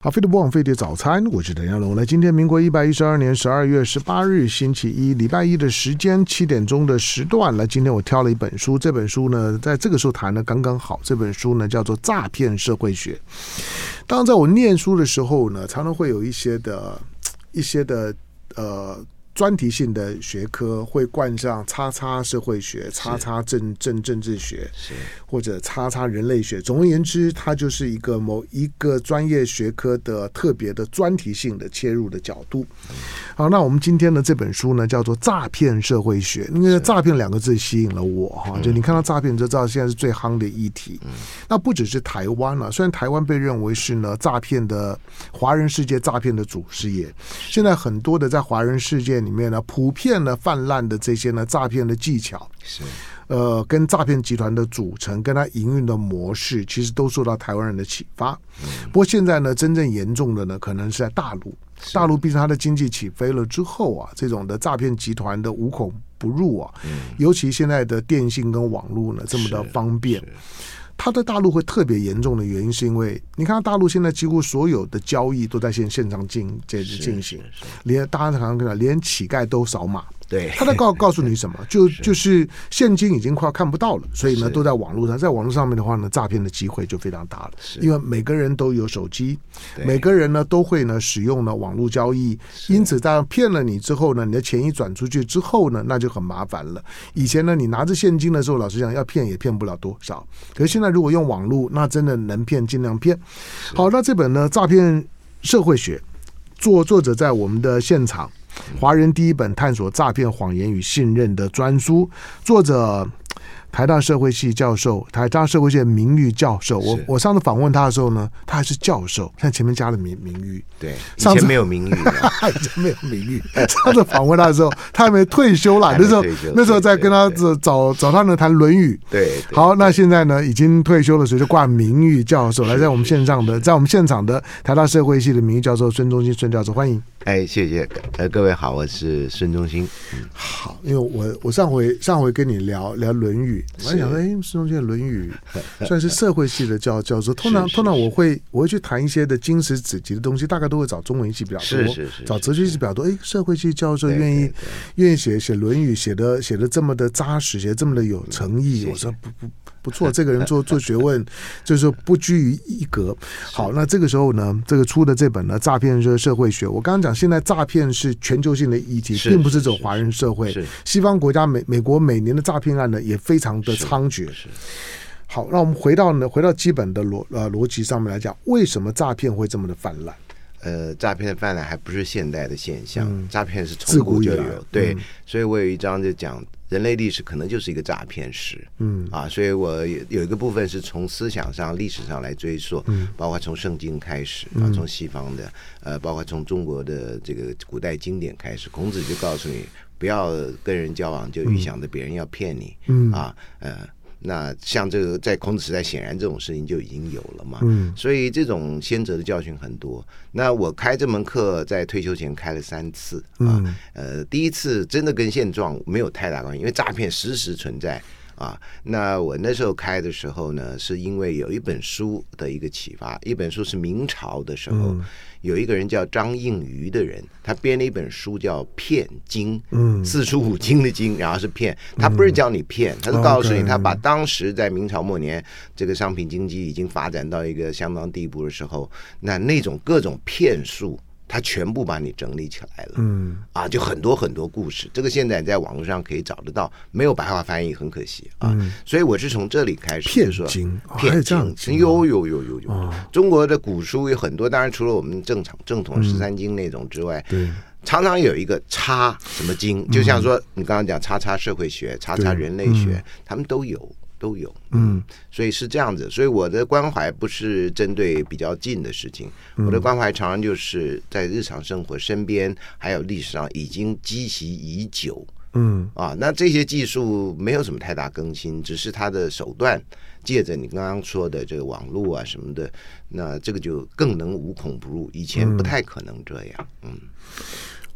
好，飞碟不枉飞碟早餐，我是邓耀龙。来，今天民国112年12月18日星期一，礼拜一的时间7点钟的时段。来，今天我挑了一本书，这本书呢，在这个时候谈的刚刚好。这本书呢，叫做《诈骗社会学》。当然，在我念书的时候呢，常常会有一些的专题性的学科会冠上叉叉社会学、叉叉政治学，或者叉叉人类学。总而言之，它就是一个某一个专业学科的特别的专题性的切入的角度。好，那我们今天的这本书呢，叫做《诈骗社会学》。因为诈骗两个字吸引了我哈，就你看到诈骗就知道现在是最夯的议题。那不只是台湾了，虽然台湾被认为是呢诈骗的华人世界诈骗的祖师爷，现在很多的在华人世界里面呢，普遍呢泛滥的这些呢诈骗的技巧，跟诈骗集团的组成，跟它营运的模式，其实都受到台湾人的启发。不过现在呢，真正严重的呢，可能是在大陆。大陆毕竟它的经济起飞了之后啊，这种的诈骗集团的无孔不入啊，尤其现在的电信跟网络呢这么的方便。它在大陆会特别严重的原因，是因为你看大陆现在几乎所有的交易都在线上进行，连大家常常跟他连乞丐都扫码。 对， 他在告诉你什么？就是现金已经快要看不到了，所以呢都在网络上，在网络上面的话呢，诈骗的机会就非常大了。因为每个人都有手机，每个人呢都会呢使用呢网络交易，因此当骗了你之后呢，你的钱一转出去之后呢，那就很麻烦了。以前呢，你拿着现金的时候，老实讲要骗也骗不了多少，可是现在如果用网络，那真的能骗尽量骗。好，那这本呢《诈骗社会学》，作者在我们的现场。华人第一本探索诈骗、谎言与信任的专书，作者台大社会系教授，台大社会系的名誉教授。我上次访问他的时候呢，他还是教授，现在前面加了名誉。 对，以前没有名誉， 以前没有名誉。上次访问他的时候，他还没退休啦。那时候在跟他找他呢谈《论语》。对，好，那现在呢已经退休了，所以就挂名誉教授来在我们现场的台大社会系的名誉教授孙中兴孙教授，欢迎。 哎，谢谢各位好，我是孙中兴。 好，因为我上回跟你聊《论语》，我还想说，孙中兴的《论语》算是社会系的教授，通常我会去谈一些的经史子集的东西，大概都会找中文系比较多，找哲学系比较多。社会系教授愿意写《论语》，写的这么的扎实，写这么的有诚意，我说不错，这个人做学问就是不拘于一格。好，那这个时候呢，这个出的这本呢《诈骗社会学》，我刚刚讲，现在诈骗是全球性的议题，并不是只有华人社会，西方国家美国每年的诈骗案呢也非常的猖獗。好，那我们回到基本的逻辑上面来讲，为什么诈骗会这么的泛滥？ 诈骗的泛滥还不是现代的现象，诈骗是从古就有。对，所以我有一章就讲人类历史可能就是一个诈骗史。所以我有一个部分是从思想上、历史上来追溯，包括从圣经开始，从西方的，包括从中国的这个古代经典开始，孔子就告诉你不要跟人交往，就预想着别人要骗你。那像这个在孔子时代，显然这种事情就已经有了嘛。所以这种先哲的教训很多。那我开这门课在退休前开了3次第一次真的跟现状没有太大关系，因为诈骗时时存在。那我那时候开的时候呢，是因为有一本书的一个启发，一本书是明朝的时候，有一个人叫张应余的人，他编了一本书叫《骗经》，4书5经的经，然后是骗，他不是教你骗，他是告诉你，他把当时在明朝末年这个商品经济已经发展到一个相当地步的时候，那种各种骗术。他全部把你整理起来了，就很多很多故事。这个现在在网络上可以找得到，没有白话翻译，很可惜所以我是从这里开始骗经， 骗经，有。中国的古书有很多，当然除了我们正统13经那种之外，常常有一个叉什么经，就像说你刚刚讲叉叉社会学、叉叉人类学，他们都有。所以是这样子，所以我的关怀不是针对比较近的事情，我的关怀常常就是在日常生活身边，还有历史上已经积习已久。那这些技术没有什么太大更新，只是它的手段借着你刚刚说的这个网络啊什么的，那这个就更能无孔不入，以前不太可能这样。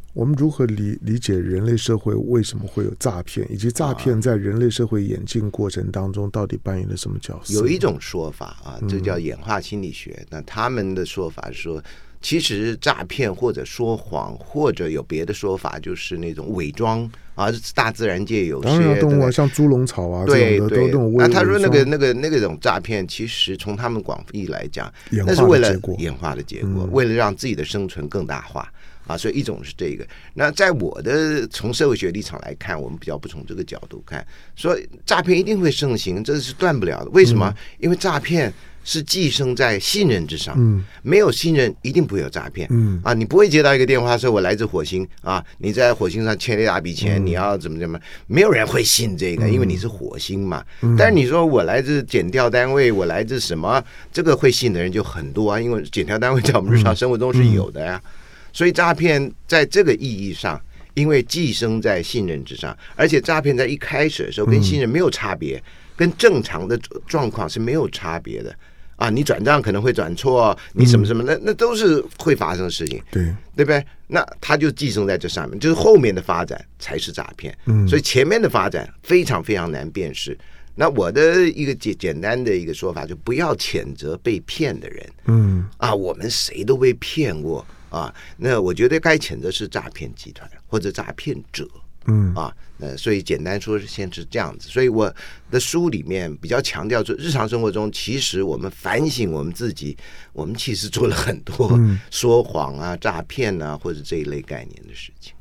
我们如何理解人类社会为什么会有诈骗，以及诈骗在人类社会演进过程当中到底扮演了什么角色？ 有一种说法啊，这叫演化心理学。那他们的说法是说，其实诈骗或者说谎，或者有别的说法，就是那种伪装啊，大自然界有些当然动物啊，像猪笼草啊， 对对， 这种那他说那种诈骗，其实从他们广义来讲，那是为了演化的结果，为了让自己的生存更大化。啊，所以一种是这个。那在我的从社会学立场来看，我们比较不从这个角度看，说诈骗一定会盛行，这是断不了的。为什么？因为诈骗是寄生在信任之上，没有信任一定不会有诈骗。你不会接到一个电话说我来自火星啊，你在火星上欠了一大笔钱，你要怎么，没有人会信这个，因为你是火星嘛。但是你说我来自检调单位，我来自什么，这个会信的人就很多啊，因为检调单位在我们日常生活中是有的呀。所以诈骗在这个意义上，因为寄生在信任之上，而且诈骗在一开始的时候跟信任没有差别，跟正常的状况是没有差别的啊！你转账可能会转错，你什么什么，那都是会发生的事情， 对不对？那它就寄生在这上面，就是后面的发展才是诈骗。所以前面的发展非常非常难辨识。那我的一个简单的一个说法，就不要谴责被骗的人。我们谁都被骗过。那我觉得该谴责是诈骗集团或者诈骗者。所以简单说先是这样子。所以我的书里面比较强调说，日常生活中其实我们反省我们自己，我们其实做了很多说谎啊、诈骗啊或者这一类概念的事情。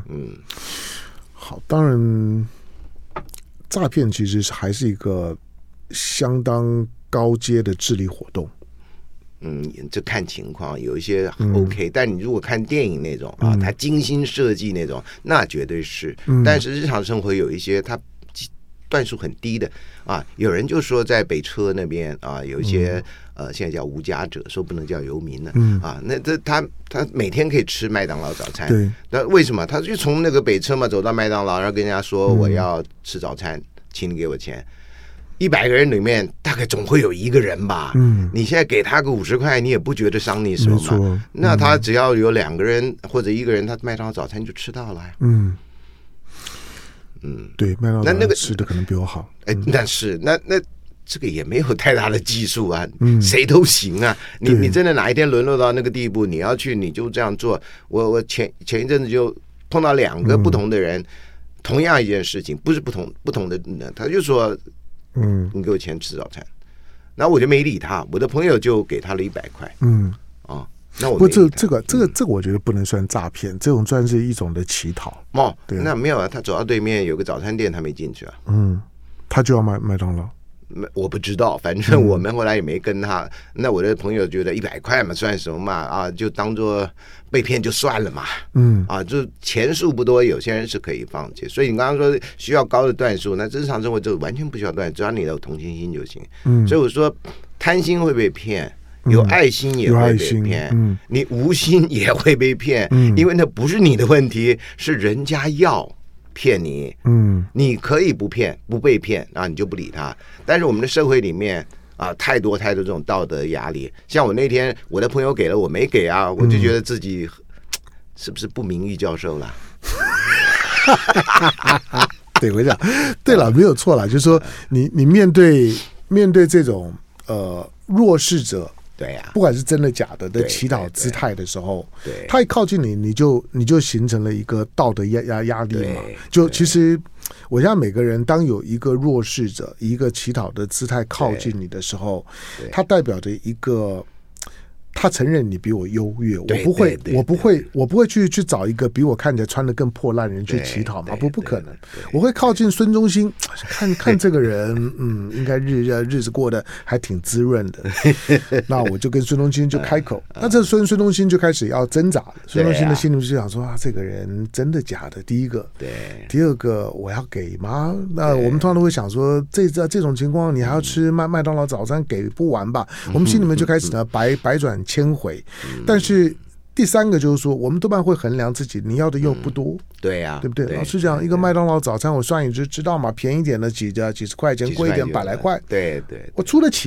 好，当然诈骗其实还是一个相当高阶的智力活动。 这看情况，有一些 OK，但你如果看电影那种啊，它精心设计那种，那绝对是。但是日常生活有一些它段数很低的啊，有人就说在北车那边啊，有一些现在叫无家者，说不能叫游民了那他每天可以吃麦当劳早餐， 对， 那为什么？他就从那个北车嘛走到麦当劳，然后跟人家说我要吃早餐，请你给我钱。100个人里面大概总会有一个人吧，你现在给他个50块，你也不觉得伤你什么嘛？那他只要有2个人或者1个人，他麦当劳早餐就吃到了呀。 对，麦当劳那个吃的可能比我好。 但是那这个也没有太大的技术啊，谁都行啊。你真的哪一天沦落到那个地步，你要去你就这样做。我前一阵子就碰到2个不同的人，同样一件事情，不是不同的，他就说。你给我钱吃早餐，那我就没理他。我的朋友就给他了100块。那我不这个我觉得不能算诈骗，这种算是一种的乞讨。 对，那没有啊，他走到对面有个早餐店，他没进去啊。 他就要麦当劳。 我不知道，反正我们后来也没跟他。那我的朋友觉得100块嘛，算什么嘛就当做被骗就算了嘛。就钱数不多，有些人是可以放弃。所以你刚刚说需要高的段数，那日常生活就完全不需要段，只要你有同情心就行。所以我说贪心会被骗，有爱心也会被骗，你无心也会被骗，因为那不是你的问题，是人家要骗你。你可以不骗不被骗你就不理他。但是我们的社会里面太多这种道德压力。像我那天我的朋友给了我没给啊，我就觉得自己是不是不名誉教授了？ 对，我讲对了，没有错了，就是说你面对这种弱势者。 对呀， 不管是真的假的乞讨姿态的时候，他一靠近你，你就形成了一个道德压力嘛。就其实，我想每个人当有一个弱势者、一个乞讨的姿态靠近你的时候，它代表着一个。他承认你比我优越，我不会去找一个比我看起来穿得更破烂的人去乞讨嘛，不可能。我会靠近孙中兴，看这个人，应该日子过得还挺滋润的。那我就跟孙中兴就开口，那这孙中兴就开始要挣扎了。孙中兴的心里就想说这个人真的假的？第一个，第二个我要给吗？那我们通常都会想说，这种情况你还要吃麦当劳早餐给不完吧？我们心里面就开始呢百转千回。但是第3个就是说，我们多半会衡量自己，你要的又不多， 对呀， 对不对？老实讲，一个麦当劳早餐我算也知道嘛，便宜一点的几十块钱，贵一点100来块， 对， 我出得起。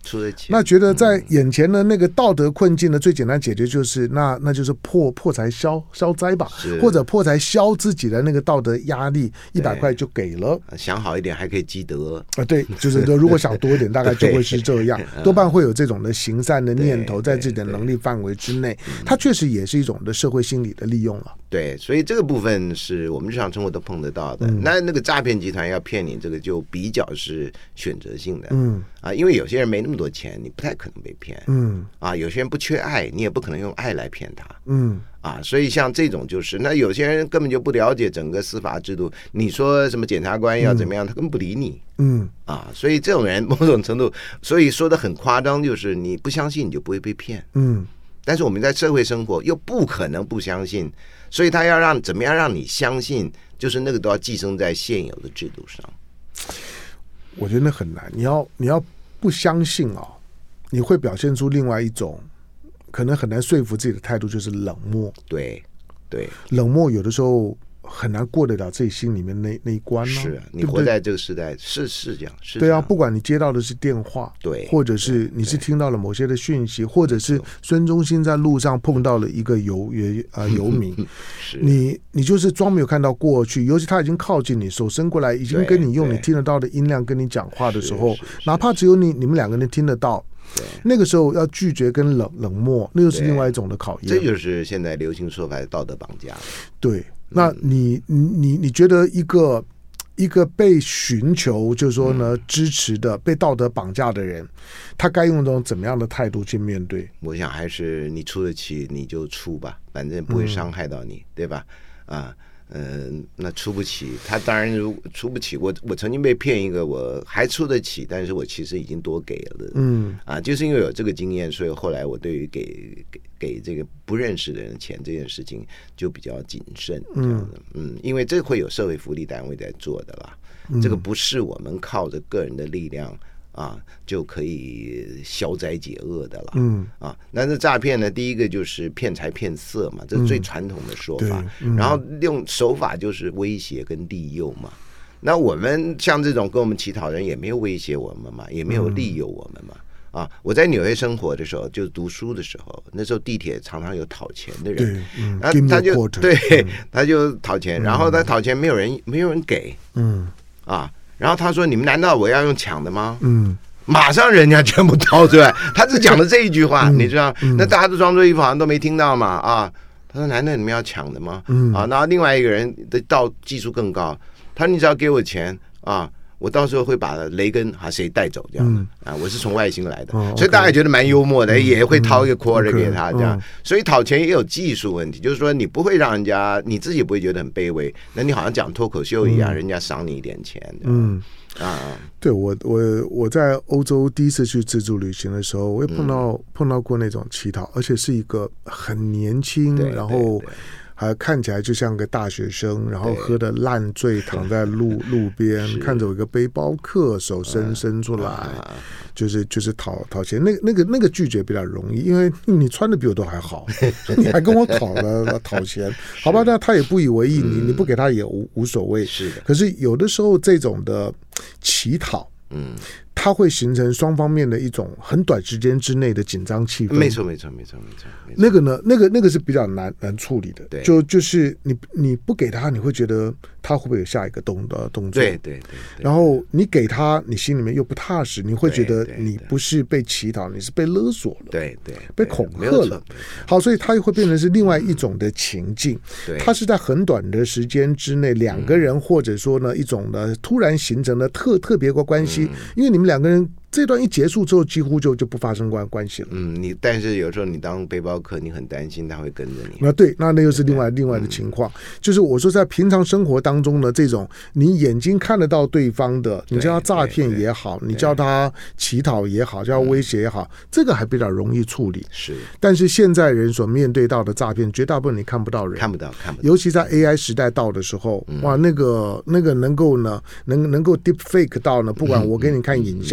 出得起。 那觉得在眼前的那个道德困境的最简单解决就是那就是破财消灾吧，或者破财消自己的那个道德压力，100块就给了。 想好一点还可以积德对，就是如果想多一点，大概就会是这样，多半会有这种的行善的念头，在自己的能力范围之内，它确实也是一种的社会心理的利用了。 对，所以这个部分是我们日常生活都碰得到的。那个诈骗集团要骗你，这个就比较是选择性的。因为有些人没那么多钱，你不太可能被骗。有些人不缺爱，你也不可能用爱来骗他。所以像这种就是，那有些人根本就不了解整个司法制度，你说什么检察官要怎么样，他根本不理你。所以这种人某种程度，所以说的很夸张，就是你不相信你就不会被骗。但是我们在社会生活又不可能不相信，所以他要怎么样让你相信，就是那个都要寄生在现有的制度上。 我觉得那很难，你要不相信你会表现出另外一种可能很难说服自己的态度，就是冷漠。 对， 冷漠有的时候很难过得了自己心里面那一关呢。 是你活在这个时代，是这样，是对啊。不管你接到的是电话， 对， 或者是你是听到了某些的讯息，或者是孙中兴在路上碰到了一个游民，你就是装没有看到过去，尤其他已经靠近你，手伸过来，已经跟你用你听得到的音量跟你讲话的时候，哪怕只有你们两个人听得到。那个时候要拒绝跟冷漠，那又是另外一种的考验。 这就是现在流行说法的道德绑架。 对，那你觉得一个被寻求就是说呢支持的被道德绑架的人，他该用这种怎么样的态度去面对？ 我想还是你出得起你就出吧，反正不会伤害到你，对吧？那出不起，他当然如果出不起，我曾经被骗一个，我还出得起，但是我其实已经多给了。就是因为有这个经验，所以后来我对于给这个不认识的人钱这件事情就比较谨慎。因为这会有社会福利单位在做的啦，这个不是我们靠着个人的力量就可以消灾解厄的了。那这诈骗呢，第一个就是骗财骗色嘛，这是最传统的说法。然后用手法就是威胁跟利诱嘛。那我们像这种跟我们乞讨人也没有威胁我们嘛，也没有利诱我们嘛。我在纽约生活的时候，就是读书的时候，那时候地铁常常有讨钱的人，他就讨钱，然后他讨钱没有人给，然后他说：“你们难道我要用抢的吗？”马上人家全部掏出来，他只讲了这一句话，你知道？那大家都装作一副好像都没听到嘛他说：“难道你们要抢的吗？”然后另外一个人的技术更高，他说：“你只要给我钱我到时候会把雷根谁带走这样的我是从外星来的，所以大家觉得蛮幽默的，也会掏一个 quarter 给他这样。所以讨钱也有技术问题，就是说你不会让人家，你自己不会觉得很卑微，那你好像讲脱口秀一样，人家赏你一点钱。 对，我在欧洲第一次去自助旅行的时候，我也碰到过那种乞讨，而且是一个很年轻，然后还看起来就像个大学生，然后喝得烂醉，躺在路边，看着有一个背包客手伸出来，就是讨钱。那个拒绝比较容易，因为你穿的比我都还好，你还跟我讨钱，好吧？那他也不以为意，你不给他也无所谓。是的。可是有的时候这种的乞讨，它会形成双方面的一种很短时间之内的紧张气氛。 没错。 那个呢，那个是比较难处理的。对，就是你不给他，你会觉得他会不会有下一个动作？ 对。 然后你给他，你心里面又不踏实，你会觉得你不是被乞讨，你是被勒索了。对，被恐吓了。好，所以它又会变成是另外一种的情境。它是在很短的时间之内，两个人或者说呢一种呢突然形成了特别的关系，因为你们两个人这段一结束之后，几乎就不发生关系了。 但是有时候你当背包客，你很担心他会跟着你。 对，那又是另外的情况。就是我说在平常生活当中呢，这种你眼睛看得到对方的，你叫他诈骗也好，你叫他乞讨也好，叫他威胁也好，这个还比较容易处理。 是， 但是现在人所面对到的诈骗，绝大部分你看不到人， 看不到。 尤其在 AI 时代到的时候，哇，那个能够 deep fake 到呢，不管我给你看影像，我给你听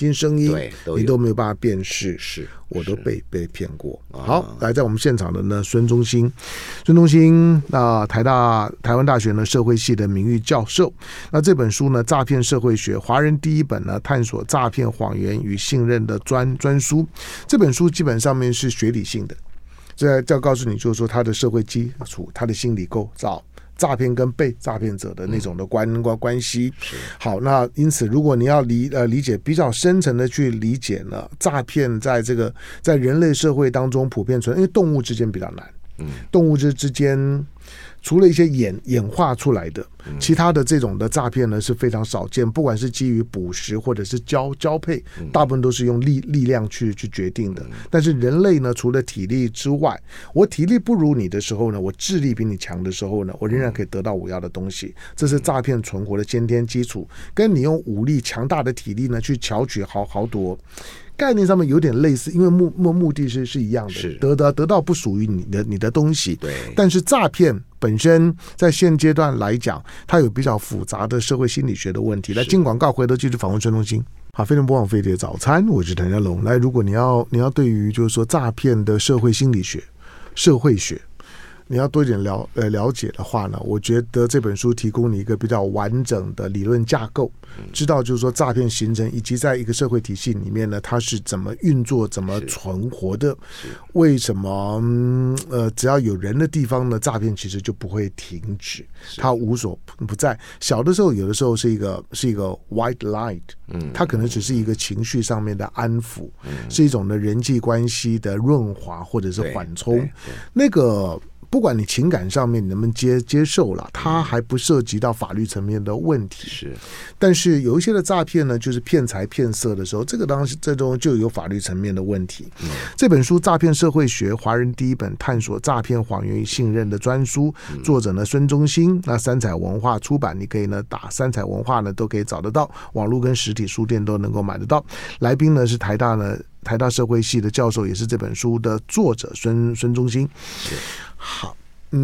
听声音，你都没有办法辨识。 是， 我都被骗过。好，来在我们现场的呢，孙中兴，台湾大学呢社会系的名誉教授。那这本书呢，《诈骗社会学》，华人第一本呢，探索诈骗、谎言与信任的专书。这本书基本上面是学理性的，这要告诉你，就是说它的社会基础、它的心理构造。诈骗跟被诈骗者的那种的关系。好，那因此如果你要理解比较深层的去理解呢，诈骗在人类社会当中普遍存在，因为动物之间比较难。动物之间除了一些演化出来的，其他的这种的诈骗呢是非常少见，不管是基于捕食或者是交配，大部分都是用力量去决定的。但是人类呢，除了体力之外，我体力不如你的时候呢，我智力比你强的时候呢，我仍然可以得到我要的东西，这是诈骗存活的先天基础。跟你用武力强大的体力呢去巧取豪夺，概念上面有点类似，因为目的是一样的，得到不属于你的东西。对，但是诈骗本身在现阶段来讲，它有比较复杂的社会心理学的问题。来进广告，回头继续访问孙中兴。好，非常不枉飞碟早餐，我是谭家龙。来，如果你要对于就是说诈骗的社会心理学、社会学，你要多一点了解的话呢，我觉得这本书提供你一个比较完整的理论架构，知道就是说诈骗形成以及在一个社会体系里面呢，它是怎么运作、怎么存活的，为什么只要有人的地方呢，诈骗其实就不会停止，它无所不在。小的时候，有的时候是一个 white light，它可能只是一个情绪上面的安抚，是一种的人际关系的润滑或者是缓冲，那个。不管你情感上面你能不能接受了，它还不涉及到法律层面的问题。是，但是有一些的诈骗呢，就是骗财骗色的时候，这个当时这种就有法律层面的问题。这本书《诈骗社会学》，华人第一本探索诈骗、谎言与信任的专书，作者呢孙中兴，那三彩文化出版，你可以呢打三彩文化呢都可以找得到，网络跟实体书店都能够买得到。来宾呢是台大社会系的教授，也是这本书的作者孙中兴。好，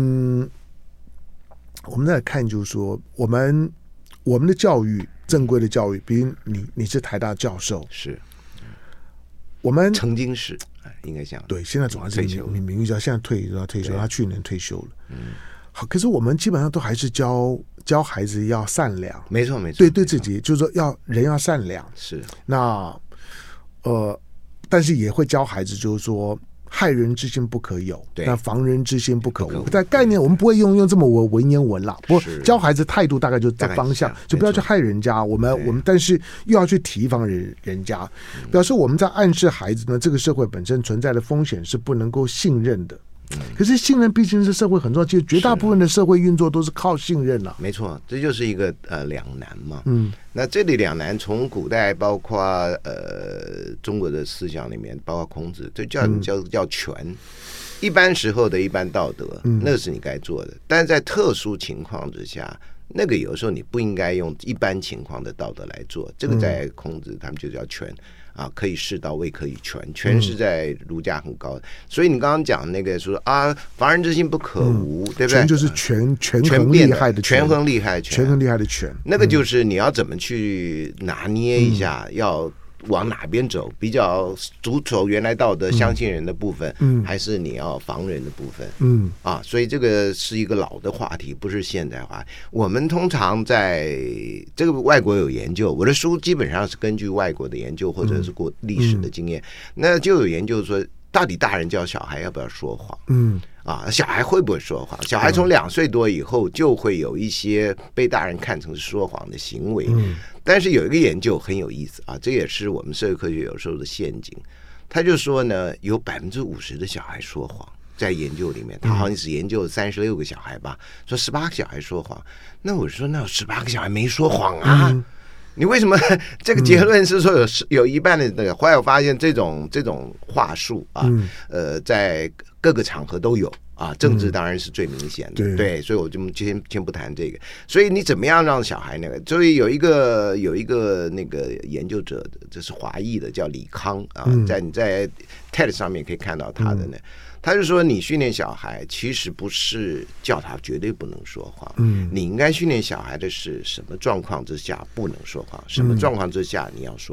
我们再看，就是说，我们的教育，正规的教育，比如你是台大教授，是，我们曾经是，应该讲对，现在总还是名誉教，现在退休，他去年退休了。好，可是我们基本上都还是教孩子要善良， 没错， 对自己就是说人要善良，是那但是也会教孩子，就是说。害人之心不可有，那防人之心不可无。在概念，我们不会用这么文言文啦。不过教孩子态度大概就这方向，就不要去害人家。我们，但是又要去提防人家，表示我们在暗示孩子呢，这个社会本身存在的风险是不能够信任的。可是信任毕竟是社会很重要，其实绝大部分的社会运作都是靠信任啊。 没错，这就是一个两难嘛。那这里两难从古代包括中国的思想里面，包括孔子，这叫权。一般时候的一般道德，那是你该做的，但是在特殊情况之下。那个有时候你不应该用一般情况的道德来做，这个在孔子他们就叫权啊，可以适到未可以全，权是在儒家很高的。所以你刚刚讲那个说啊，防人之心不可无，对不对？ 权就是权衡利害的权衡利害的权， 那个就是你要怎么去拿捏一下，要往哪边走，比较主守原来道德相信人的部分，还是你要防人的部分，所以这个是一个老的话题，不是现代话。我们通常在这个外国有研究，我的书基本上是根据外国的研究或者是过历史的经验，那就有研究说，到底大人教小孩要不要说谎？小孩会不会说谎？小孩从2岁多以后就会有一些被大人看成是说谎的行为。但是有一个研究很有意思啊，这也是我们社会科学有时候的陷阱。他就说呢，有50%的小孩说谎，在研究里面，他好像是研究36个小孩吧，说18个小孩说谎。那我说，那有18个小孩没说谎啊？你为什么这个结论是说有一半的那个？后来我发现这种话术啊，在各个场合都有啊，政治当然是最明显的，对，所以我就先不谈这个。所以你怎么样让小孩那个？所以有一个那个研究者，这是华裔的，叫李康啊，你在 TED 上面可以看到他的呢。他就说，你训练小孩其实不是叫他绝对不能说谎，你应该训练小孩的是什么状况之下不能说谎，什么状况之下你要说谎。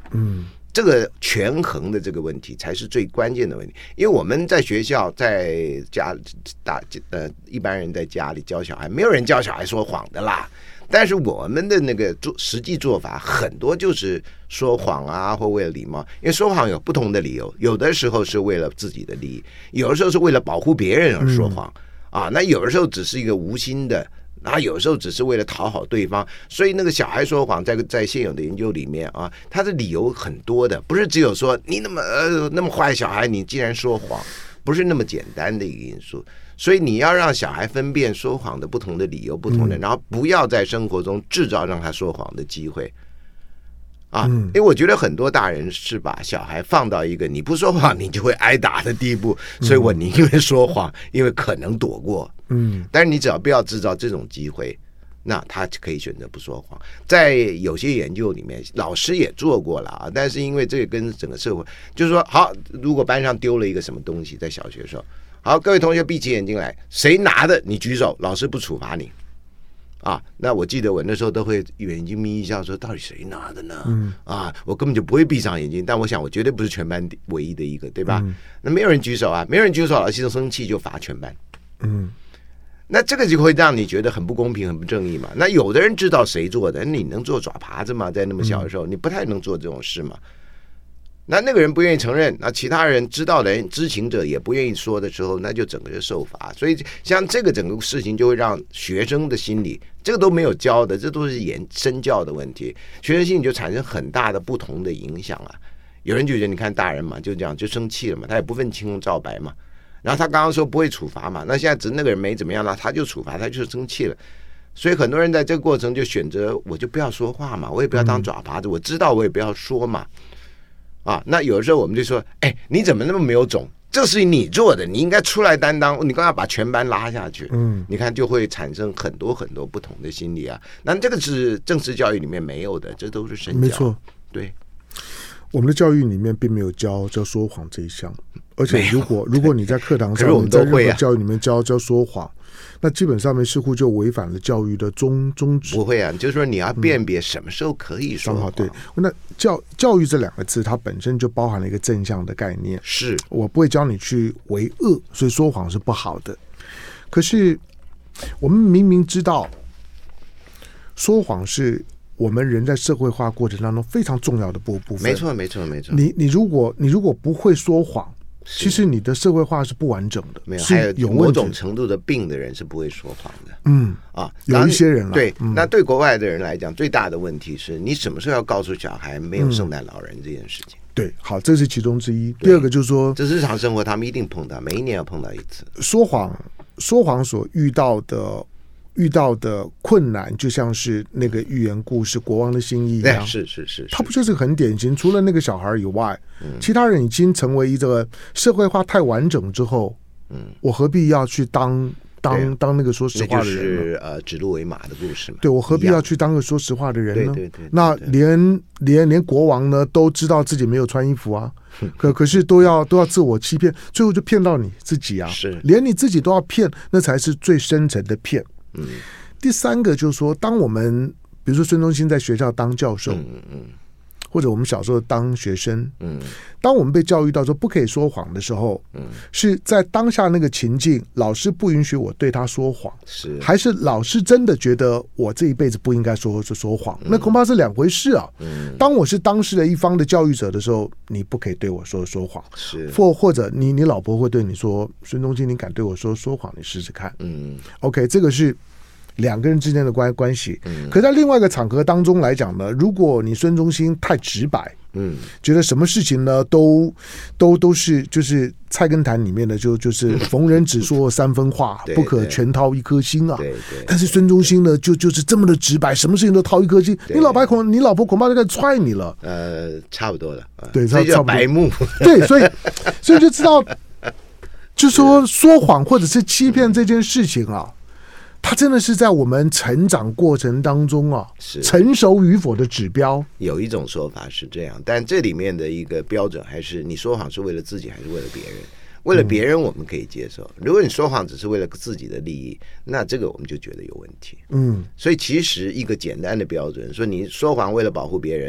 这个权衡的这个问题才是最关键的问题。因为我们在学校，在家一般人在家里教小孩，没有人教小孩说谎的啦。但是我们的那个实际做法很多就是说谎啊，或为了礼貌。因为说谎有不同的理由，有的时候是为了自己的利益，有的时候是为了保护别人而说谎啊。那有的时候只是一个无心的，那有时候只是为了讨好对方。所以那个小孩说谎，在现有的研究里面啊，他的理由很多的，不是只有说你那么坏小孩，你竟然说谎，不是那么简单的一个因素。所以你要让小孩分辨说谎的不同的理由，不同的，然后不要在生活中制造让他说谎的机会啊。因为我觉得很多大人是把小孩放到一个你不说谎你就会挨打的地步，所以我宁愿说谎，因为可能躲过。但是你只要不要制造这种机会，那他可以选择不说谎。在有些研究里面，老师也做过了啊，但是因为这个跟整个社会，就是说，好，如果班上丢了一个什么东西，在小学的时候，好，各位同学闭起眼睛来，谁拿的你举手，老师不处罚你啊。那我记得我那时候都会眼睛眯一笑说，到底谁拿的呢？啊，我根本就不会闭上眼睛，但我想我绝对不是全班唯一的一个，对吧？那没有人举手啊，没有人举手，老师就生气就罚全班。那这个就会让你觉得很不公平、很不正义嘛。那有的人知道谁做的，你能做爪耙子吗？在那么小的时候，你不太能做这种事嘛。那个人不愿意承认，那其他人知道的人、知情者也不愿意说的时候，那就整个就受罚。所以像这个整个事情，就会让学生的心理，这个都没有教的，这都是身教的问题，学生心理就产生很大的不同的影响啊。有人就觉得，你看大人嘛，就这样就生气了嘛，他也不分青红皂白嘛。然后他刚刚说不会处罚嘛，那现在只是那个人没怎么样了，他就处罚，他就是生气了。所以很多人在这个过程就选择，我就不要说话嘛，我也不要当爪耙子，我知道我也不要说嘛。啊，那有的时候我们就说，哎，你怎么那么没有种？这是你做的，你应该出来担当，你刚刚把全班拉下去，你看就会产生很多很多不同的心理啊。那这个是正式教育里面没有的，这都是身教。没错，对。 我们的教育里面并没有教说谎这一项，而且如果你在课堂上，你在任何教育里面教说谎，那基本上面似乎就违反了教育的宗旨。 不会啊，就是说你要辨别什么时候可以说谎。 对，那教育这两个字，它本身就包含了一个正向的概念。 是我不会教你去为恶，所以说谎是不好的。可是我们明明知道，说谎是我们人在社会化过程当中非常重要的部分。 没错。 你如果不会说谎，其实你的社会化是不完整的。 没有，还有某种程度的病的人是不会说谎的。 有一些人对，那对国外的人来讲，最大的问题是你什么时候要告诉小孩没有圣诞老人这件事情。 对，好，这是其中之一。第二个就是说， 这日常生活他们一定碰到，每一年要碰到一次。 说谎所遇到的困难，就像是那个寓言故事《国王的新衣》一样。 是， 它不就是很典型？除了那个小孩以外，其他人已经成为一个社会化太完整之后，我何必要去当那个说实话的人呢？ 那就是指鹿为马的故事嘛。 对，我何必要去当个说实话的人呢？ 对。 那连国王呢都知道自己没有穿衣服啊，可是都要自我欺骗，最后就骗到你自己啊。 是， 连你自己都要骗，那才是最深层的骗。第三个就是说，当我们比如说孙中兴在学校当教授，或者我们小时候当学生，当我们被教育到说不可以说谎的时候，是在当下那个情境，老师不允许我对他说谎，还是老师真的觉得我这一辈子不应该说谎？那恐怕是两回事啊。当我是当时的一方的教育者的时候，你不可以对我说谎，或者你老婆会对你说，孙中兴，你敢对我说谎，你试试看。OK， 这个是两个人之间的关系。可在另外一个场合当中来讲呢，如果你孙中兴太直白，觉得什么事情呢都是就是菜根谭里面的就是逢人只说三分话，不可全掏一颗心啊。但是孙中兴呢就是这么的直白，什么事情都掏一颗心。你老婆恐怕就该踹你了。 差不多了。 对， 这叫白目。 对，所以就知道，就说谎或者是欺骗这件事情啊。它真的是在我们成长过程当中啊，成熟与否的指标。 有一种说法是这样，但这里面的一个标准还是你说谎是为了自己还是为了别人？为了别人我们可以接受，如果你说谎只是为了自己的利益，那这个我们就觉得有问题。所以其实一个简单的标准，说你说谎为了保护别人，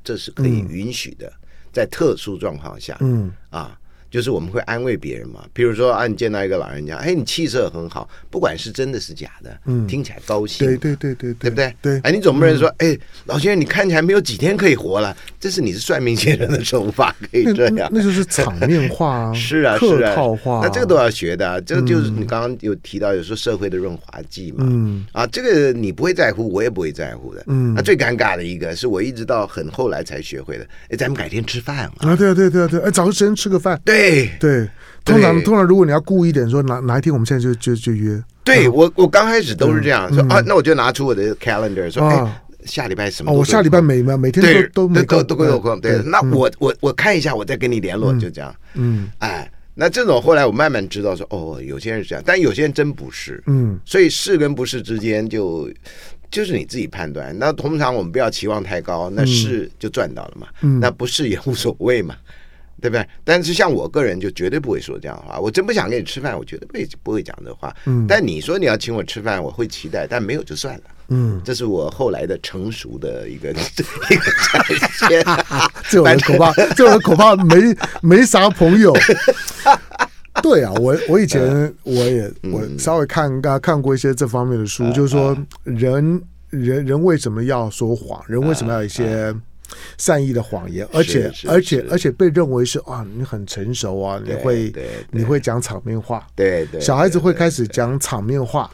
这是可以允许的，在特殊状况下，就是我们会安慰别人嘛，比如说你见到一个老人家，你气色很好，不管是真的是假的，听起来高兴， 对不对？ 对，你总不能说，老先生你看起来没有几天可以活了，这是你是算命先生的手法，可以这样， 那就是场面化是啊， 客套化， 那这个都要学的，这个就是你刚刚有提到，有时候社会的润滑剂嘛，这个你不会在乎，我也不会在乎的，那最尴尬的一个是我一直到很后来才学会的，咱们改天吃饭啊， 对，找个时间吃个饭， 对， 通常如果你要故意一点说哪一天我们现在就约， 对我刚开始都是这样说那我就拿出我的 calendar 说下礼拜什么我下礼拜每天都有空，对，那我看一下，我再跟你联络，就这样，那这种后来我慢慢知道说有些人是这样，但有些人真不是，所以是跟不是之间就是你自己判断。那通常我们不要期望太高，那是就赚到了嘛，那不是也无所谓嘛。对不对？但是像我个人就绝对不会说这样的话，我真不想跟你吃饭，我绝对不会讲这话。但你说你要请我吃饭，我会期待，但没有就算了。这是我后来的成熟的一个展现。 这种人恐怕没啥朋友。对啊，我以前我稍微看过一些这方面的书，就是说人为什么要说谎，人为什么要有一些善意的谎言，而且被认为是你很成熟啊，你会讲场面话， 对， 小孩子会开始讲场面话，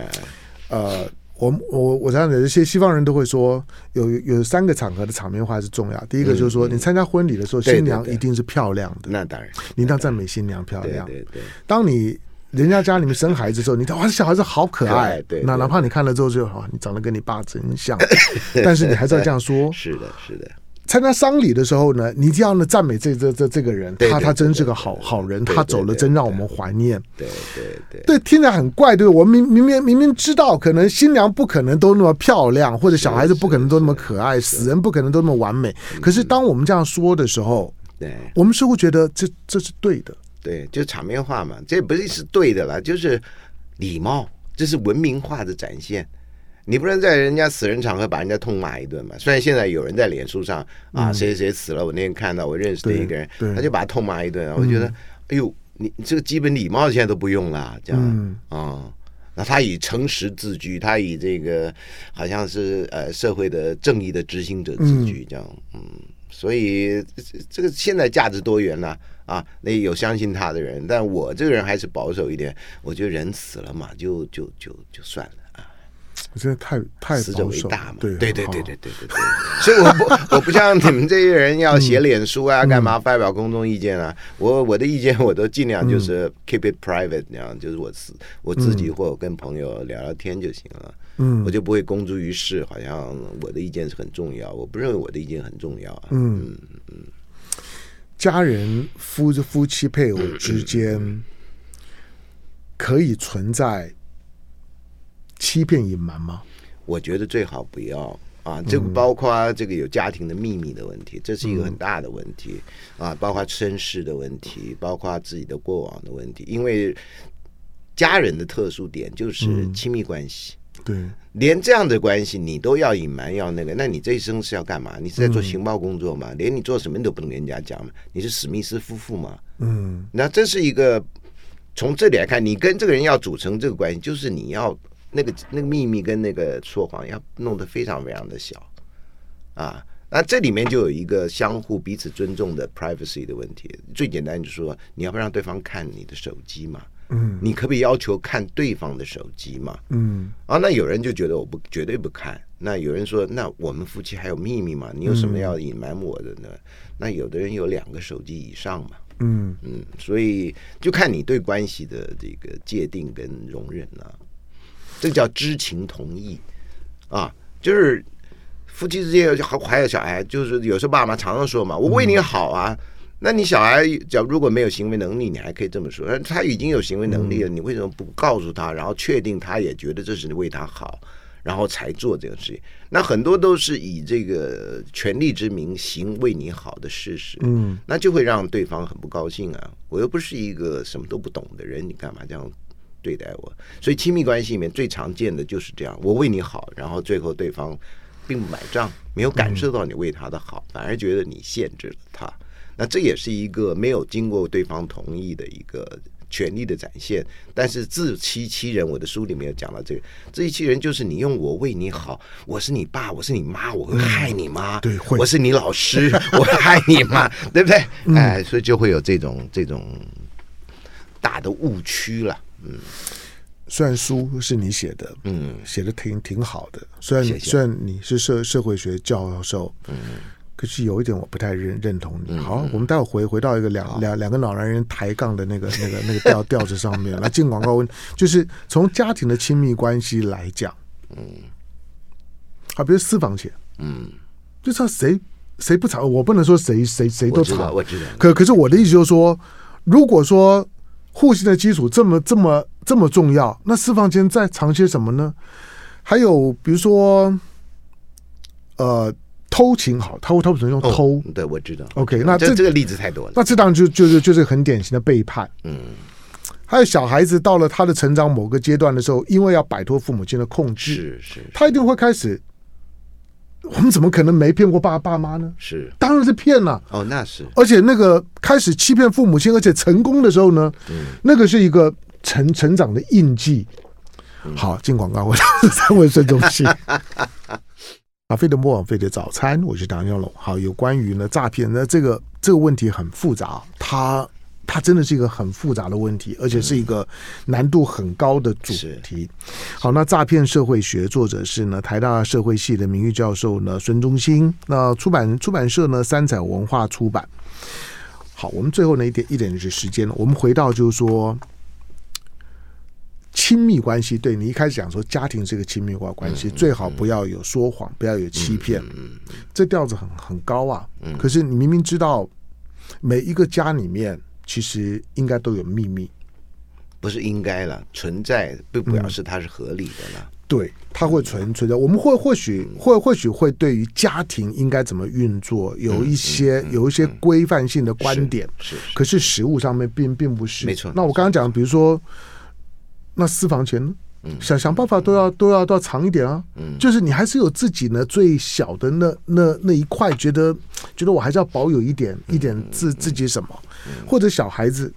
我常常有一些西方人都会说有3个场合的场面话是重要。第一个就是说，你参加婚礼的时候，新娘一定是漂亮的， 那当然， 你一定要赞美新娘漂亮。 对， 当你人家家里面生孩子之后，你哇，这小孩子好可爱，那哪怕你看了之后就你长得跟你爸真像，但是你还是要这样说。 是的。 参加丧礼的时候呢，你一定要赞美这个人，他真是个好人，他走了真让我们怀念。对，听起来很怪，对，我们明明知道，可能新娘不可能都那么漂亮，或者小孩子不可能都那么可爱，死人不可能都那么完美。可是当我们这样说的时候，我们是会觉得这是对的。 对，就是场面话嘛，这不是对的啦，就是礼貌，这是文明化的展现。你不能在人家死人场合把人家痛骂一顿嘛？虽然现在有人在脸书上谁谁死了，我那天看到我认识的一个人，他就把他痛骂一顿，我觉得哎呦，你这个基本礼貌现在都不用了，这样那他以诚实自居，他以这个好像是社会的正义的执行者自居，这样所以这个现在价值多元了那有相信他的人，但我这个人还是保守一点，我觉得人死了嘛，就算了。 我觉得太死者为大嘛，对，所以我不像你们这些人要写脸书干嘛发表公众意见啊？我的意见我都尽量就是 keep it private，那样就是我自己或者跟朋友聊聊天就行了。我就不会公诸于世，好像我的意见是很重要，我不认为我的意见很重要家人夫妻配偶之间可以存在欺骗隐瞒吗？ 我觉得最好不要这个包括这个有家庭的秘密的问题，这是一个很大的问题包括身世的问题，包括自己的过往的问题，因为家人的特殊点就是亲密关系， 对， 连这样的关系你都要隐瞒，要那个，那你这一生是要干嘛？你是在做情报工作吗？连你做什么你都不能跟人家讲吗？你是史密斯夫妇吗？那这是一个从这里来看，你跟这个人要组成这个关系，就是你要那个秘密跟那个说谎要弄得非常非常的小那这里面就有一个相互彼此尊重的 privacy 的问题。最简单就是说，你要不让对方看你的手机嘛？你可不可以要求看对方的手机嘛？那有人就觉得我绝对不看。那有人说，那我们夫妻还有秘密吗？你有什么要隐瞒我的呢？那有的人有2个手机以上嘛？所以就看你对关系的这个界定跟容忍这叫知情同意就是夫妻之间还有小孩，就是有时候爸妈常常说嘛，我为你好那你小孩假如果没有行为能力，你还可以这么说，他已经有行为能力了，你为什么不告诉他，然后确定他也觉得这是为他好，然后才做这个事情？那很多都是以这个权力之名行为你好的事实，那就会让对方很不高兴我又不是一个什么都不懂的人，你干嘛这样对待我？所以亲密关系里面最常见的就是这样，我为你好，然后最后对方并不买账，没有感受到你为他的好，反而觉得你限制了他。那这也是一个没有经过对方同意的一个权利的展现。但是自欺欺人，我的书里面有讲到这个，自欺欺人就是你用我为你好，我是你爸，我是你妈，我会害你吗？ 对，会。 我是你老师，我会害你吗？对不对？哎，所以就会有这种大的误区了。 虽然书是你写的，写的挺好的，虽然你是社会学教授，可是有一点我不太认同你。好，我们待会回到一个两个老男人抬杠的那个调子上面来进广告问，就是从家庭的亲密关系来讲，比如私房钱，就知道谁不藏，我不能说谁都藏， 我知道。 可是我的意思就是说，如果说互信的基础这么重要，那私房钱在藏些什么呢？还有比如说，偷情好，他不能用偷， 对，我知道。 OK， 那这个例子太多了， 那这当然就是很典型的背叛。还有小孩子到了他的成长某个阶段的时候，因为要摆脱父母亲的控制，他一定会开始。我们怎么可能没骗过爸妈呢？ 是， 当然是骗了。 那是。 而且那个开始欺骗父母亲，而且成功的时候呢，那个是一个成长的印记。好，进广告，我是三位孙中信。阿飞的莫网飞的早餐，我是唐湘龙。好，有关于呢诈骗呢这个问题很复杂，它真的是一个很复杂的问题，而且是一个难度很高的主题。好，那诈骗社会学作者是呢台大社会系的名誉教授呢孙中兴，那出版社呢三彩文化出版。好，我们最后呢一点是时间了，我们回到就是说亲密关系，对你一开始讲说家庭是个亲密关系，最好不要有说谎，不要有欺骗，这调子很高啊。可是你明明知道每一个家里面其实应该都有秘密， 不是应该了，存在不表示它是合理的了。 对，它会存在。我们或许会对于家庭应该怎么运作有一些规范性的观点，可是实务上面并不是。 没错。 那我刚刚讲，比如说那私房钱呢？想办法都要藏一点啊。就是你还是有自己呢最小的那一块，觉得我还是要保有一点自己什么，或者小孩子，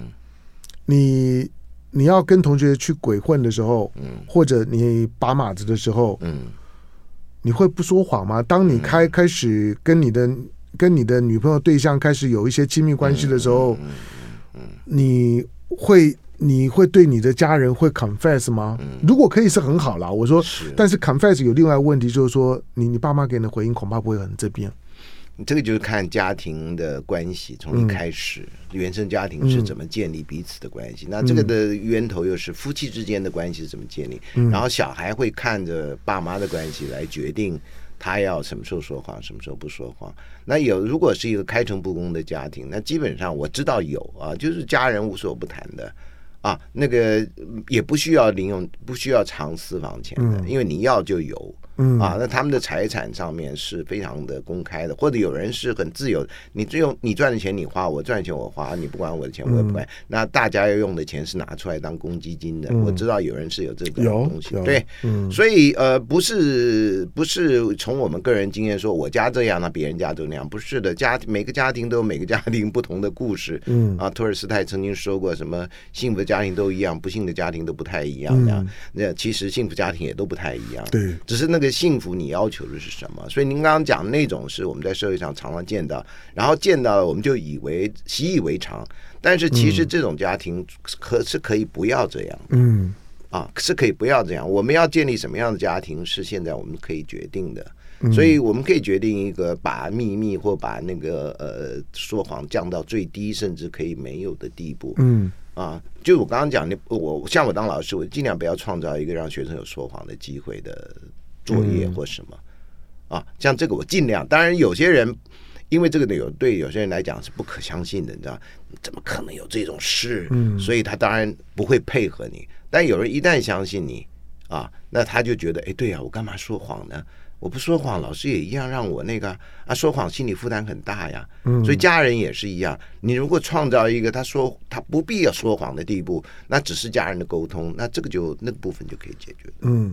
你要跟同学去鬼混的时候，或者你把马子的时候，你会不说谎吗？当你开始跟你的女朋友对象开始有一些亲密关系的时候，你会对你的家人会 confess 吗？如果可以是很好啦，我说，但是 confess 有另外一个问题，就是说你爸妈给你的回应恐怕不会很这边。 这个就是看家庭的关系，从一开始，原生家庭是怎么建立彼此的关系。那这个的源头又是夫妻之间的关系是怎么建立，然后小孩会看着爸妈的关系来决定他要什么时候说谎，什么时候不说谎。那如果是一个开诚布公的家庭，那基本上我知道有啊，就是家人无所不谈的。那个也不需要藏私房钱的，因为你要就有。那他们的财产上面是非常的公开的，或者有人是很自由，你赚的钱你花，我赚的钱我花，你不管我的钱我也不管。那大家要用的钱是拿出来当公积金的，我知道有人是有这种东西，对，所以不是从我们个人经验说我家这样，那别人家都那样，不是的，每个家庭都有每个家庭不同的故事。托尔斯泰曾经说过，什么幸福的家庭都一样，不幸的家庭都不太一样。那其实幸福家庭也都不太一样， 对， 只是那个幸福你要求的是什么？所以您刚刚讲的那种是我们在社会上常常见到，然后见到了我们就习以为常，但是其实这种家庭是可以不要这样的，是可以不要这样。我们要建立什么样的家庭是现在我们可以决定的，所以我们可以决定一个把秘密或把那个说谎降到最低，甚至可以没有的地步。就我刚刚讲的，像我当老师，我尽量不要创造一个让学生有说谎的机会的作业或什么像这个我尽量。当然有些人因为这个对有些人来讲是不可相信的，你知道怎么可能有这种事？所以他当然不会配合你。但有人一旦相信你那他就觉得对啊，我干嘛说谎呢？我不说谎，老师也一样让我那个说谎心理负担很大呀。所以家人也是一样，你如果创造一个他不必要说谎的地步，那只是家人的沟通，那这个那个部分就可以解决。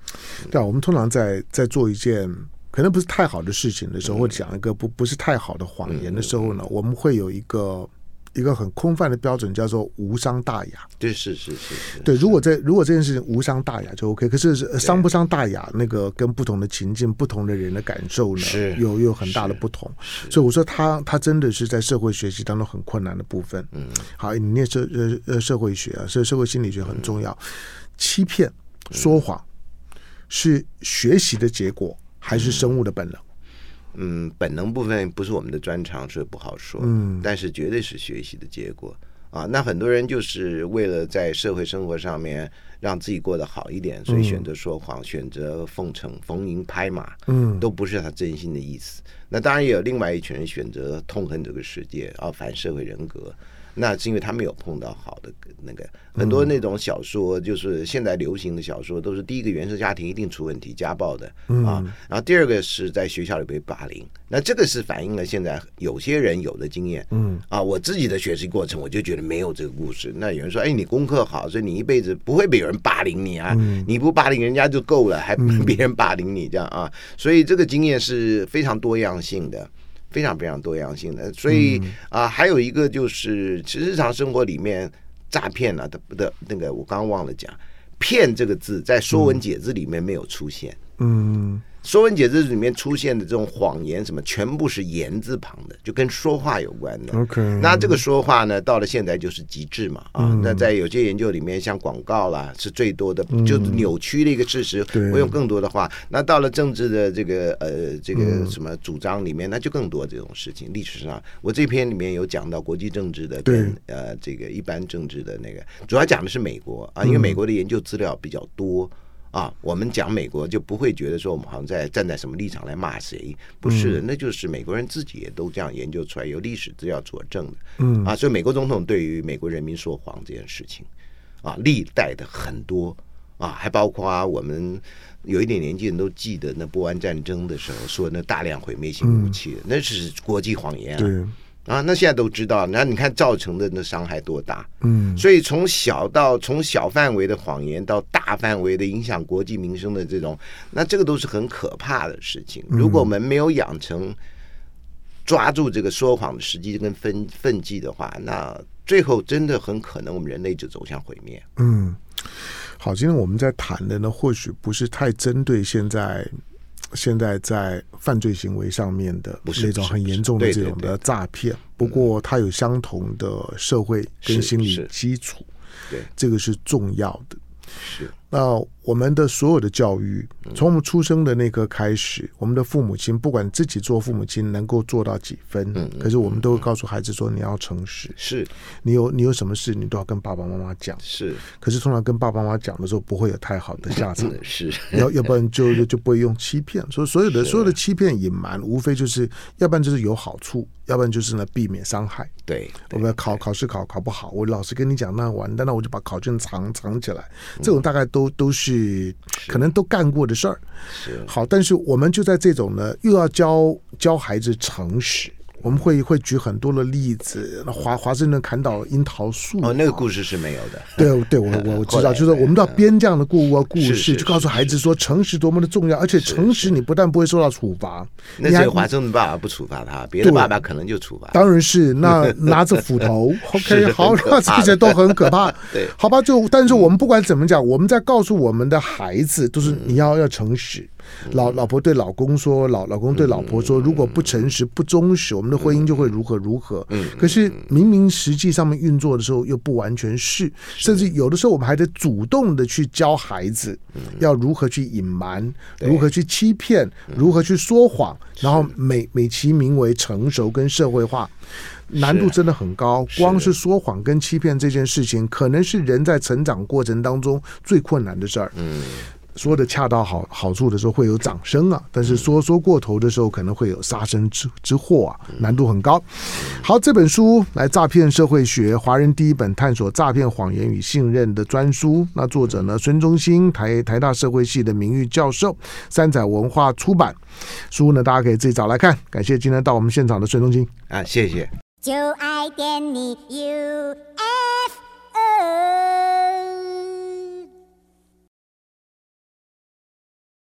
对啊，我们通常在做一件可能不是太好的事情的时候，或者讲一个不是太好的谎言的时候呢，我们会有一个很空泛的标准，叫做无伤大雅。 对，是。 对，如果这件事情无伤大雅就 OK， 可是伤不伤大雅，那个跟不同的情境、不同的人的感受呢，有很大的不同。所以我说他真的是在社会学习当中很困难的部分。好，你念社会学啊，社会心理学很重要。欺骗、说谎是学习的结果，还是生物的本能？ 本能部分不是我们的专长，所以不好说。但是绝对是学习的结果啊。那很多人就是为了在社会生活上面让自己过得好一点，所以选择说谎，选择奉承、逢迎拍马，都不是他真心的意思。那当然也有另外一群人选择痛恨这个世界啊，反社会人格。那是因为他没有碰到好的那个，很多那种小说，就是现在流行的小说，都是第一个原生家庭一定出问题，家暴的啊，然后第二个是在学校里被霸凌，那这个是反映了现在有些人有的经验，我自己的学习过程，我就觉得没有这个故事。那有人说，哎，你功课好，所以你一辈子不会被有人霸凌你啊，你不霸凌人家就够了，还别人霸凌你这样啊，所以这个经验是非常多样性的。非常非常多样性的，所以还有一个就是，其实日常生活里面诈骗的那个，我刚刚忘了讲，骗这个字在《说文解字》里面没有出现。说文解字里面出现的这种谎言什么，全部是言字旁的，就跟说话有关的。那这个说话呢，到了现在就是极致嘛那在有些研究里面，像广告啦是最多的，就是扭曲的一个事实，我用更多的话。那到了政治的这个什么主张里面，那就更多这种事情。历史上，我这篇里面有讲到国际政治的跟这个一般政治的那个，主要讲的是美国因为美国的研究资料比较多。我们讲美国就不会觉得说我们好像站在什么立场来骂谁，不是的，那就是美国人自己也都这样研究出来，有历史资料佐证的。所以美国总统对于美国人民说谎这件事情历代的很多还包括我们有一点年纪人都记得那波湾战争的时候说那大量毁灭性武器，那是国际谎言那现在都知道，那你看造成的那伤害多大？所以从小范围的谎言到大范围的影响国际民生的这种，那这个都是很可怕的事情。如果我们没有养成抓住这个说谎的时机跟分际的话，那最后真的很可能我们人类就走向毁灭。 好，今天我们在谈的呢，或许不是太针对现在在犯罪行为上面的那种很严重的这种的诈骗，不过它有相同的社会跟心理基础， 对， 这个是重要的。 是。 那我们的所有的教育，从我们出生的那刻开始，我们的父母亲不管自己做父母亲能够做到几分，可是我们都会告诉孩子说你要诚实，是你有什么事你都要跟爸爸妈妈讲，是。可是通常跟爸爸妈妈讲的时候不会有太好的下场，是要不然就不会用欺骗，所有的欺骗隐瞒，无非就是要不然就是有好处，要不然就是呢避免伤害。对，我们考试考不好，我老师跟你讲那完蛋，那我就把考卷藏起来，这种大概都是可能都干过的事儿。好，但是我们就在这种呢，又要教孩子诚实。我们会举很多的例子，华盛顿砍倒樱桃树那个故事是没有的。 对，我知道，就是我们都要编这样的故事，就告诉孩子说诚实多么的重要，而且诚实你不但不会受到处罚， 那只有华盛顿爸爸不处罚他，别的爸爸可能就处罚。 当然是那拿着斧头，OK， 好，那这些都很可怕。对，好吧，但是我们不管怎么讲，我们在告诉我们的孩子，都是你要诚实。老婆对老公说，老公对老婆说，如果不诚实不忠实，我们的婚姻就会如何。可是明明实际上面运作的时候又不完全是，甚至有的时候我们还得主动的去教孩子要如何去隐瞒，如何去欺骗，如何去说谎，然后美其名为成熟跟社会化。难度真的很高，光是说谎跟欺骗这件事情，可能是人在成长过程当中最困难的事儿。说的恰到好处的时候会有掌声但是说过头的时候可能会有杀身之祸难度很高。好，这本书来诈骗社会学，华人第一本探索诈骗谎言与信任的专书。那作者呢，孙中兴，台大社会系的名誉教授，三彩文化出版。书呢，大家可以自己找来看。感谢今天到我们现场的孙中兴谢谢。 就爱点你 UFO。